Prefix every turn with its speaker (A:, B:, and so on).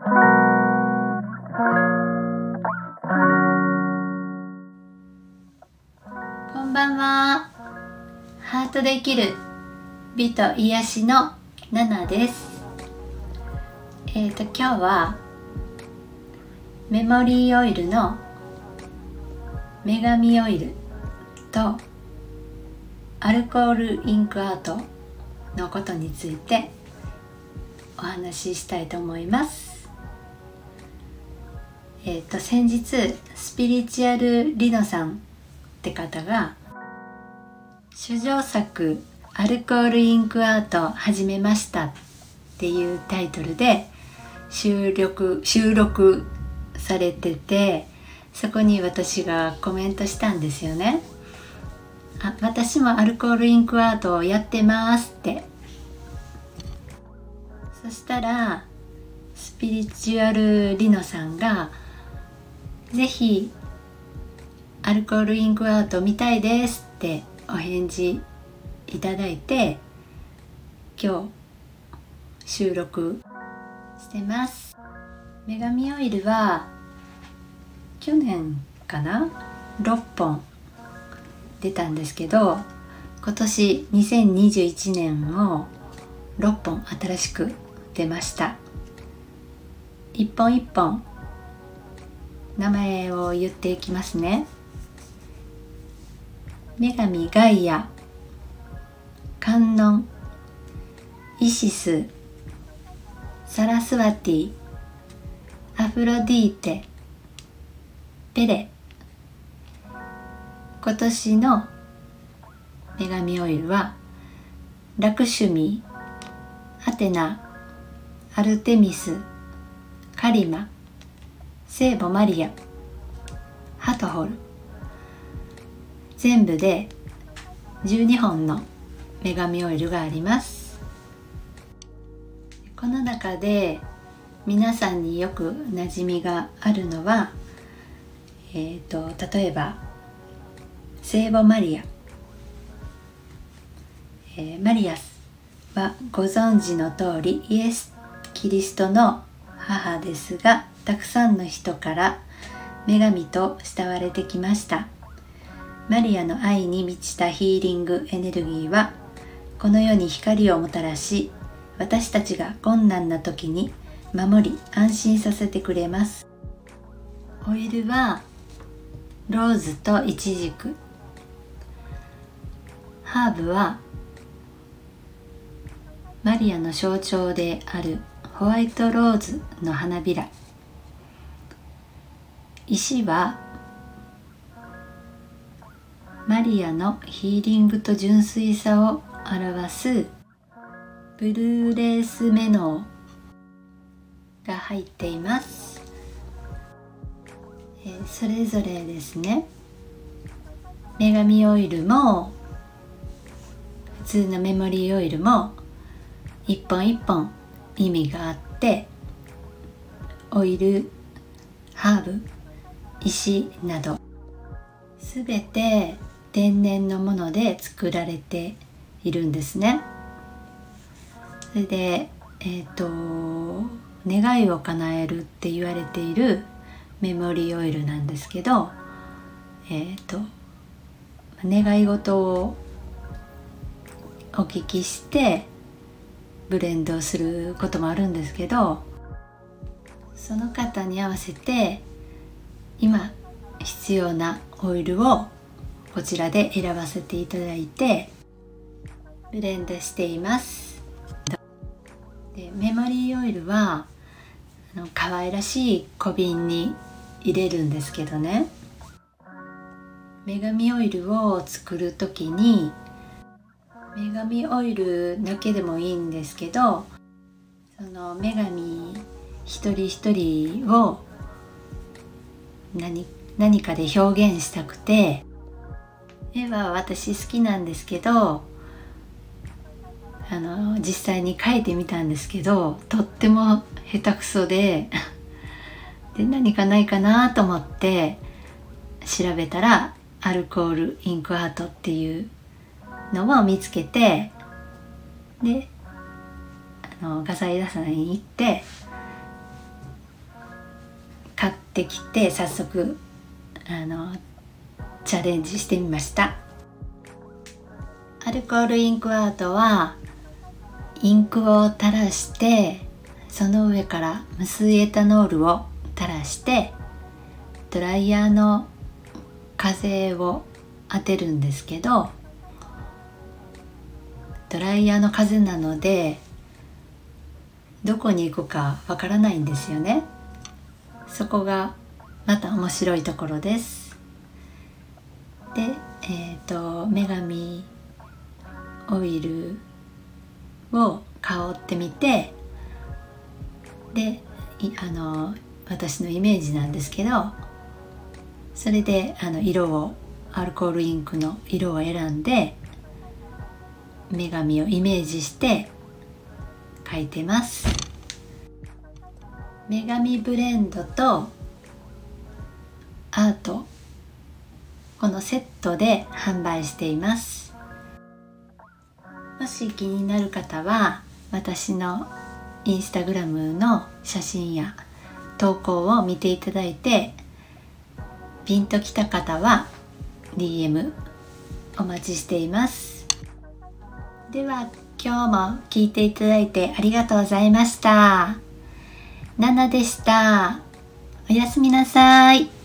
A: こんばんは。ハートで生きる美と癒しのナナです。今日はメモリーオイルの女神オイルとアルコールインクアートのことについてお話ししたいと思います。先日スピリチュアルリノさんって方が書状作アルコールインクアート始めましたっていうタイトルで収録されてて、そこに私がコメントしたんですよね。私もアルコールインクアートをやってますって。そしたらスピリチュアルリノさんがぜひアルコールインクアート見たいですってお返事いただいて、今日収録してます。女神オイルは去年かな6本出たんですけど、今年2021年も6本新しく出ました。一本一本名前を言っていきますね。女神ガイア、観音、イシス、サラスワティ、アフロディーテ、ペレ。今年の女神オイルはラクシュミ、アテナ、アルテミス、カリマ、聖母マリア、ハトホル、全部で12本の女神オイルがあります。この中で皆さんによく馴染みがあるのは、例えば聖母マリア、マリアはご存知の通りイエス・キリストの母ですが、たくさんの人から女神と慕われてきました。マリアの愛に満ちたヒーリングエネルギーはこの世に光をもたらし、私たちが困難な時に守り安心させてくれます。オイルはローズとイチジク、ハーブはマリアの象徴であるホワイトローズの花びら、石はマリアのヒーリングと純粋さを表すブルーレースメノウが入っています。それぞれですね、女神オイルも普通のメモリーオイルも一本一本意味があって、オイル、ハーブ、石などすべて天然のもので作られているんですね。それで、願いを叶えるって言われているメモリーオイルなんですけど、願い事をお聞きしてブレンドすることもあるんですけど、その方に合わせて今必要なオイルをこちらで選ばせていただいてブレンドしています。でメモリーオイルは可愛らしい小瓶に入れるんですけどね、女神オイルを作るときに女神オイルだけでもいいんですけど、その女神一人一人を何かで表現したくて、絵は私好きなんですけど、実際に描いてみたんですけど、とっても下手くそで何かないかなと思って調べたらアルコールインクアートっていうのを見つけて、で画材屋さんに行ってってきて、早速チャレンジしてみました。アルコールインクアートはインクを垂らして、その上から無水エタノールを垂らしてドライヤーの風を当てるんですけど、ドライヤーの風なのでどこに行くかわからないんですよね。そこがまた面白いところです。で、女神オイルを香ってみて、で私のイメージなんですけど、それで色をアルコールインクの色を選んで女神をイメージして描いてます。女神ブレンドとアート、このセットで販売しています。もし気になる方は私のインスタグラムの写真や投稿を見ていただいて、ピンときた方は DM お待ちしています。では今日も聞いていただいてありがとうございました。ナナでした。おやすみなさい。